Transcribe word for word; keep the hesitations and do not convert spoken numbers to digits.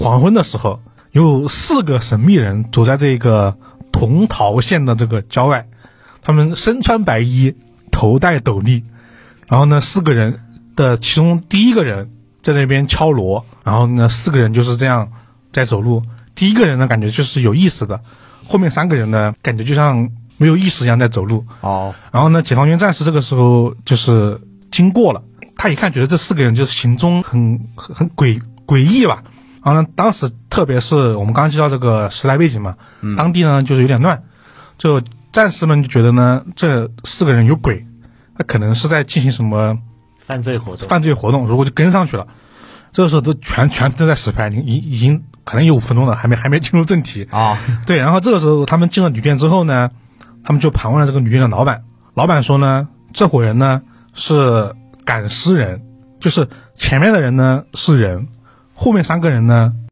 黄昏的时候，有四个神秘人走在这个铜桃县的这个郊外，他们身穿白衣，头戴斗笠，然后呢，四个人的其中第一个人在那边敲锣，然后呢，四个人就是这样在走路。第一个人呢，感觉就是有意思的，后面三个人呢，感觉就像没有意识一样在走路。 哦， 然后呢，解放军战士这个时候就是经过了，他一看觉得这四个人就是行踪很很很诡诡异吧。然后呢，当时特别是我们刚刚介绍这个时代背景嘛，嗯、当地呢就是有点乱，就战士们就觉得呢这四个人有鬼，那可能是在进行什么犯罪活动， 犯罪活动，如果就跟上去了。这个时候都全全都在实拍，已已经可能有五分钟了，还没还没进入正题啊、哦。 对，然后这个时候他们进了旅店之后呢，他们就盘问了这个旅店的老板，老板说呢，这伙人呢是赶尸人，就是前面的人呢是人，后面三个人呢